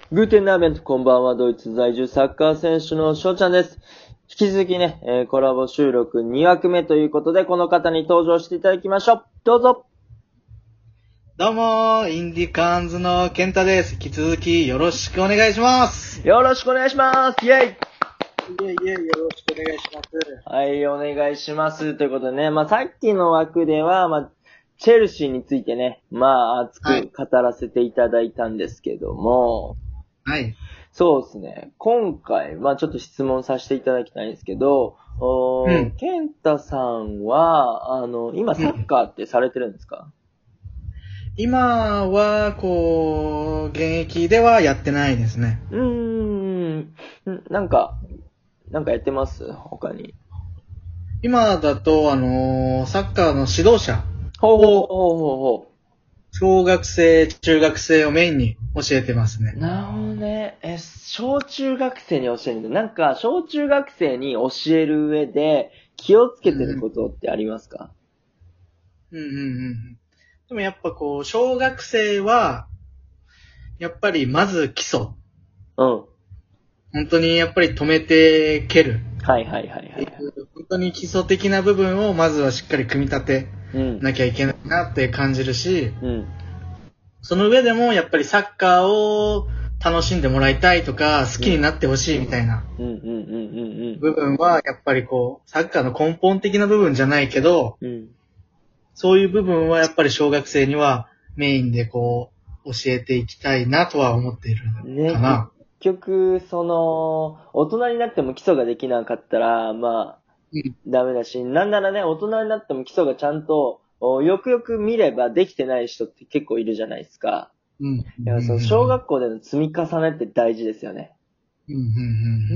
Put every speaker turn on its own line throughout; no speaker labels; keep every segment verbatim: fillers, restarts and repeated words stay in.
グーテンナーベント、こんばんは。ドイツ在住サッカー選手の翔ちゃんです。引き続きね、えー、コラボ収録にわくめということで、この方に登場していただきましょう。どうぞ。
どうもー、インディカーンズのケンタです。引き続きよろしくお願いします。
よろしくお願いします。イェイ。
いえいえ、よろしくお願いします。
はい、お願いします。ということでね、まあ、さっきの枠では、まあ、チェルシーについてね、まあ、熱く語らせていただいたんですけども、
はい。
そうですね。今回、まあちょっと質問させていただきたいんですけど、おー、うん、ケンタさんは、あの、今サッカーってされてるんですか？
うん、今は、こう、現役ではやってないですね。
うーん。なんか、なんかやってます他に。
今だと、あのー、サッカーの指導者
ほうほうほうほうほう。
小学生、中学生をメインに教えてますね。
なるほどね。え、小中学生に教えるんだ。なんか、小中学生に教える上で気をつけてることってありますか？
うんうんうんうん。でもやっぱこう、小学生は、やっぱりまず基礎。
うん。
本当にやっぱり止めて蹴る。
はいはいはいはい、はい。
本当に基礎的な部分をまずはしっかり組み立てなきゃいけないなって感じるし、うん、その上でもやっぱりサッカーを楽しんでもらいたいとか好きになってほしいみたいな部分はやっぱりこうサッカーの根本的な部分じゃないけど、うん、そういう部分はやっぱり小学生にはメインでこう教えていきたいなとは思っているかな。
ね、結局その大人になっても基礎ができなかったらまあ、うん、ダメだし、なんならね大人になっても基礎がちゃんとよくよく見ればできてない人って結構いるじゃないですか。うん。いや、その小学校での積み重ねって大事ですよね。うん。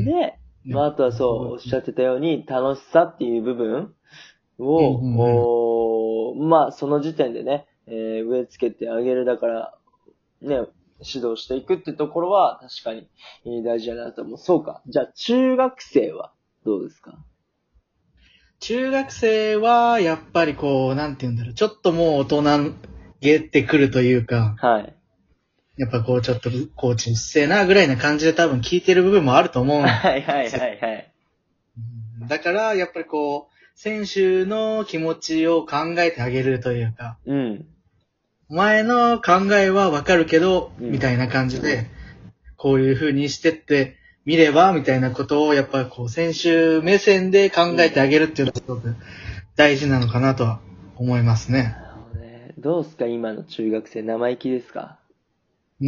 で、まあ、あとはそう、おっしゃってたように楽しさっていう部分を、うんおまあ、その時点でね、えー、植え付けてあげる。だから、ね、指導していくってところは確かに大事だなと思う。そうか。じゃあ、中学生はどうですか？
中学生は、やっぱりこう、なんて言うんだろう。ちょっともう大人げってくるというか。はい。やっぱこう、ちょっと、コーチうっせえな、ぐらいな感じで多分聞いてる部分もあると思う。
はいはいはいはい。
だから、やっぱりこう、選手の気持ちを考えてあげるというか。うん。お前の考えはわかるけど、うん、みたいな感じで、こういう風にしてって、見ればみたいなことをやっぱりこう選手目線で考えてあげるっていうのがすごく大事なのかなとは思いますね。
なるほどね。どうすか今の中学生、生意気ですか？
うん。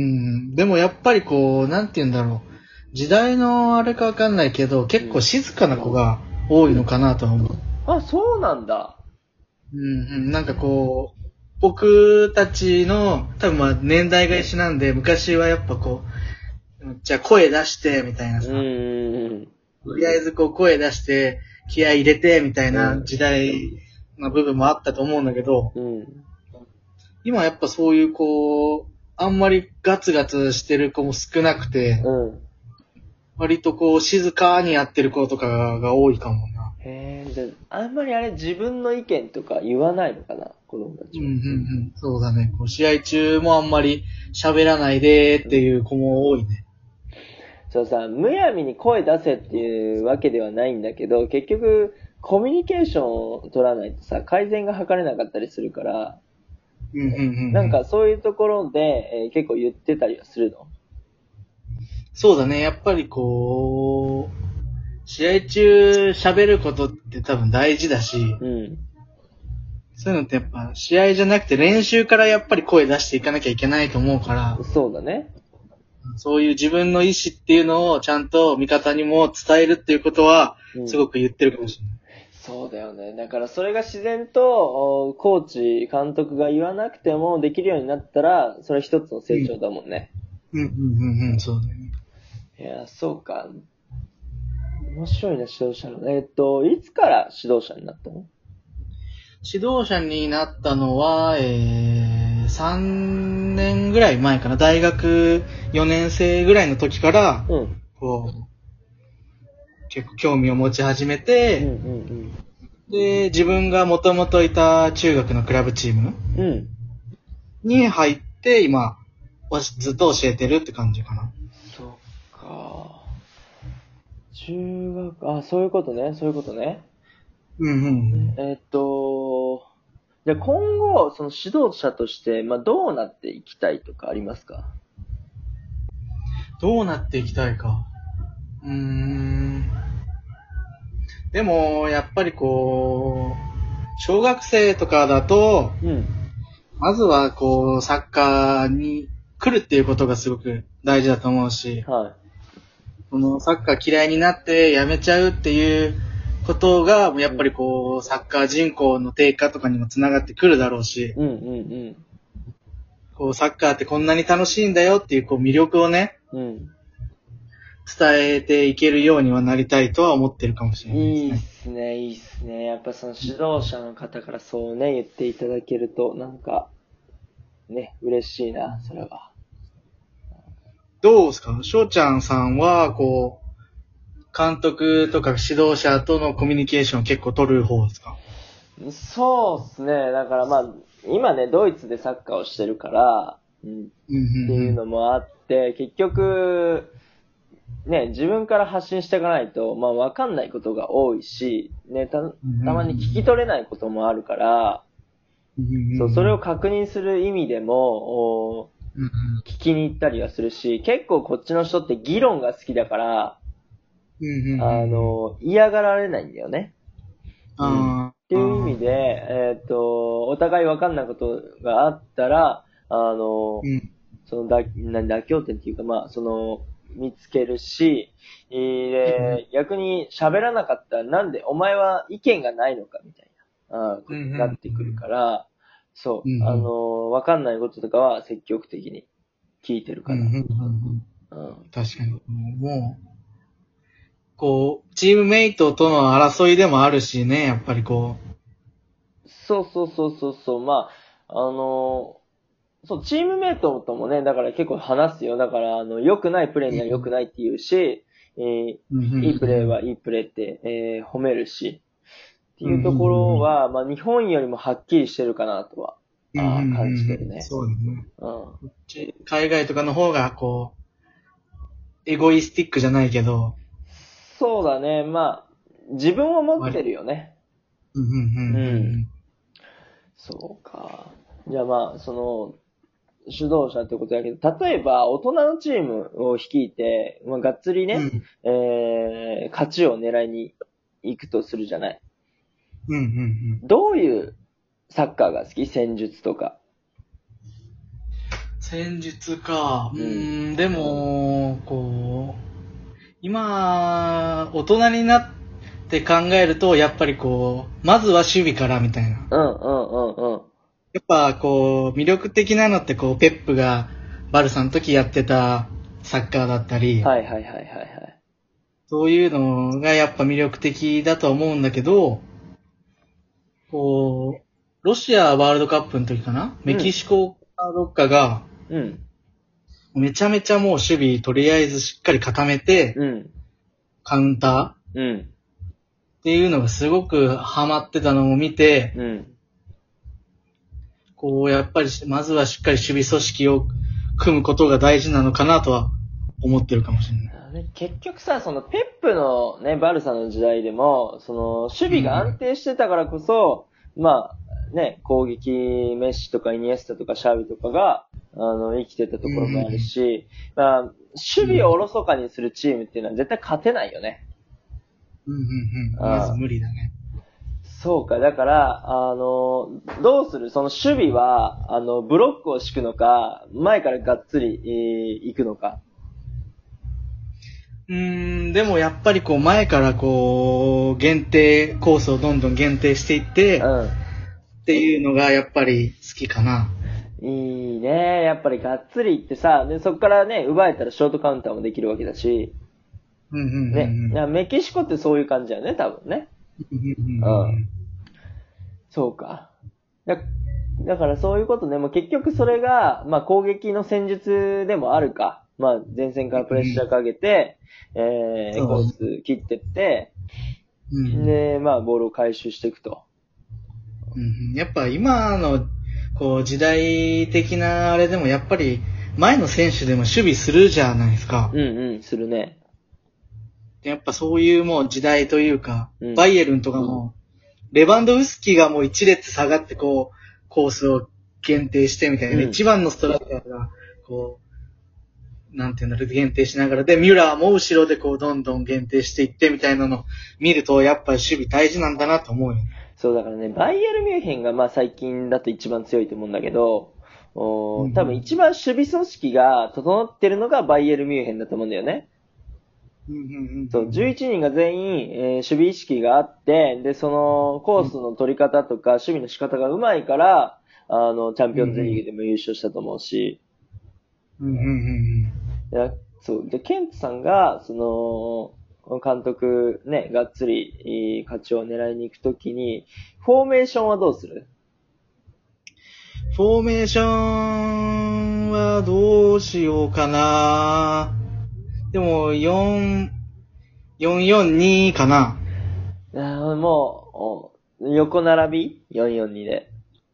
でもやっぱりこう、なんて言うんだろう。時代のあれかわかんないけど、結構静かな子が多いのかなとは思う。
うん、あ、そうなんだ。
うん、なんかこう、僕たちの、多分まあ年代が一緒なんで、昔はやっぱこう、じゃあ声出して、みたいなさ。うん。とりあえずこう声出して、気合い入れて、みたいな時代の部分もあったと思うんだけど、うん、今やっぱそういうこう、あんまりガツガツしてる子も少なくて、うん、割とこう静かにやってる子とかが多いかもな。
へぇ、じゃあ、あんまりあれ自分の意見とか言わないのかな、子供たちは。
うんうんうん。そうだね。こう試合中もあんまり喋らないでっていう子も多いね。
そうさ、むやみに声出せっていうわけではないんだけど、結局、コミュニケーションを取らないとさ、改善が図れなかったりするから、うんうんうんうん、なんかそういうところで、えー、結構言ってたりはするの？
そうだね。やっぱりこう、試合中喋ることって多分大事だし、うん、そういうのってやっぱ試合じゃなくて練習からやっぱり声出していかなきゃいけないと思うから、
そうだね。
そういう自分の意思っていうのをちゃんと味方にも伝えるっていうことはすごく言ってるかもしれない。うん、
そうだよね。だからそれが自然とコーチ、監督が言わなくてもできるようになったら、それ一つの成長だもんね。
うん、うん、うん、うん、そうだね。
いや、そうか。面白いな、指導者の。えっと、いつから指導者になったの？
指導者になったのは、えー、さんねんぐらい前かな。大学よねん生ぐらいの時から、うん、こう、結構興味を持ち始めて、うんうんうん、で、自分がもともといた中学のクラブチームに入って、今、ずっと教えてるって感じかな。
中学、あ、そういうことね、そういうことね。
うんうん。
えーっと、じゃあ今後、その指導者として、まあ、どうなっていきたいとかありますか？
どうなっていきたいか。うーん。でも、やっぱりこう、小学生とかだと、
うん。
まずはこう、サッカーに来るっていうことがすごく大事だと思うし、
は
このサッカー嫌いになってやめちゃうっていうことが、やっぱりこう、サッカー人口の低下とかにもつながってくるだろうし、
い。うんうん
こう、サッカーってこんなに楽しいんだよっていうこう魅力をね、
うん。うん。
伝えていけるようにはなりたいとは思ってるかもしれない
いいっ
です
すね、いいっすね。やっぱその指導者の方からそうね、言っていただけると、なんか、ね、嬉しいな、それは。
ね。どうですか？翔ちゃんさんは、こう、監督とか指導者とのコミュニケーションを結構取る方ですか？
そうっすね。だからまあ、今ね、ドイツでサッカーをしてるから、うん、
うんうん
っていうのもあって、結局、ね、自分から発信していかないと、まあわかんないことが多いし、ね、た、たまに聞き取れないこともあるから、そう、それを確認する意味でも、お聞きに行ったりはするし、結構こっちの人って議論が好きだから、あの、嫌がられないんだよね。うん、っていう意味で、えっと、お互い分かんないことがあったら、あの、うん、その妥、妥協点っていうか、まあ、その、見つけるし、えー、逆に喋らなかったらなんで、お前は意見がないのかみたいな、あことになってくるから、そう、あの、分かんないこととかは積極的に聞いてるから。うんうん
うん、確かに。もう、こう、チームメイトとの争いでもあるしね、やっぱりこ
う。そうそうそうそうそう、まあ、あの、そう、チームメイトともね、だから結構話すよ。だから、あの、良くないプレーには良くないって言うし、えー、いいプレーはいいプレーって、えー、褒めるし、っていうところは、まあ、日本よりもはっきりしてるかなとは、あ感じてるね。
そうですね。うん。海外とかの方が、こう、エゴイスティックじゃないけど、
そうだね。まあ、自分を持ってるよね。
うん、うん、うん。
そうか。じゃあまあ、その、指導者ってことだけど、例えば、大人のチームを率いて、まあ、がっつりね、うん、えー、勝ちを狙いに行くとするじゃない。
うん、うん、うん。
どういうサッカーが好き？戦術とか。
戦術か。うん、うんでも、こう、今、大人になって考えると、やっぱりこう、まずは守備からみたいな。
うんうんうんうん。
やっぱこう、魅力的なのってこう、ペップがバルサの時やってたサッカーだったり。
はいはいはいはいはい。
そういうのがやっぱ魅力的だと思うんだけど、こう、ロシアワールドカップの時かな、うん、メキシコかどっかが、うん。めちゃめちゃもう守備とりあえずしっかり固めて、うん。カウンター、うん。っていうのがすごくハマってたのを見て、うん。こう、やっぱり、まずはしっかり守備組織を組むことが大事なのかなとは思ってるかもしれない。
結局さ、そのペップのね、バルサの時代でも、その、守備が安定してたからこそ、うん、まあ、ね、攻撃、メッシとかイニエスタとかシャビとかが、あの、生きてたところもあるし、うん、まあ、守備をおろそかにするチームっていうのは絶対勝てないよね。
うんうんうん。まず無理だね。
そうか、だから、あの、どうする？その守備は、あの、ブロックを敷くのか、前からがっつり、えー、行くのか。
うーん、でもやっぱりこう前からこう、限定、コースをどんどん限定していって、うん。っていうのがやっぱり好きかな。
いいね。やっぱりがっつり行ってさ、で、そこからね、奪えたらショートカウンターもできるわけだし。
うんうんうん、うん。
ね。メキシコってそういう感じだよね、多分ね。うん。そうか。だ、だからそういうことね、もう結局それが、まあ攻撃の戦術でもあるか。まあ前線からプレッシャーかけて、うん、えー、コース切ってって、うん、で、まあボールを回収していくと。
うん、やっぱ今の、こう時代的なあれでもやっぱり前の選手でも守備するじゃないですか。
うんうん、するね。
っやっぱそういうもう時代というか、
うん
バイエルンとかも、レバンドフスキがもう一列下がってこう、コースを限定してみたいなね、
うん
一番のストライカーが、こう、なんていうんだろう、限定しながら、で、ミュラーも後ろでこう、どんどん限定していってみたいなのを見ると、やっぱり守備大事なんだなと思うよね。
そうだからね、バイエルミュンヘンがまあ最近だと一番強いと思うんだけど、お
うん
多分一番守備組織が整ってるのがバイエルミュンヘンだと思うんだよね。
うんうんうん。
そう、じゅういちにんが全員、えー守備意識があって、で、そのコースの取り方とか守備の仕方が上手いから、あの、チャンピオンズリーグでも優勝したと思うし、
うんうんうんうん。
いやそう、で、ケントさんが、その、監督ね、がっつり、勝ちを狙いに行くときに、フォーメーションはどうする？
フォーメーションはどうしようかな。でも、よん、よんよんにかな。
あーもう、お横並び ?よんよんに で。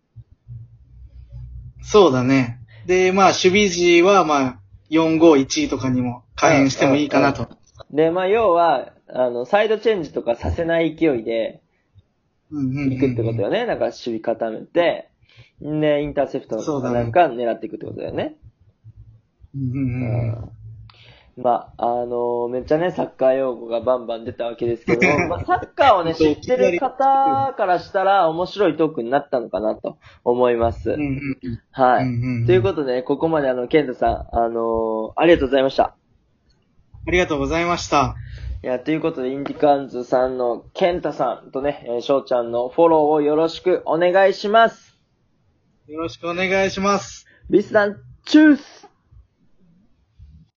そうだね。で、まあ、守備時は、まあ、よんごいちとかにも改変してもいいかなと。
で、まあ、要は、あの、サイドチェンジとかさせない勢いで、
うんうんうんうん
行くってことよね。だから守備固めて、で、インターセプトとかなんか狙っていくってことだよね。
うんうんうんうん。
まあ、あのめっちゃね、サッカー用語がバンバン出たわけですけど、まあ、サッカーをね、知ってる方からしたら面白いトークになったのかなと思います。
うんうんうん。
はい。
うんうんうん
ということで、ね、ここまであの、ケントさん、あのーありがとうございました。
ありがとうございました。
いや、ということで、インディカンズさんのケンタさんとね、えー、翔ちゃんのフォローをよろしくお願いします。
よろしくお願いします。
ビスダン、チュース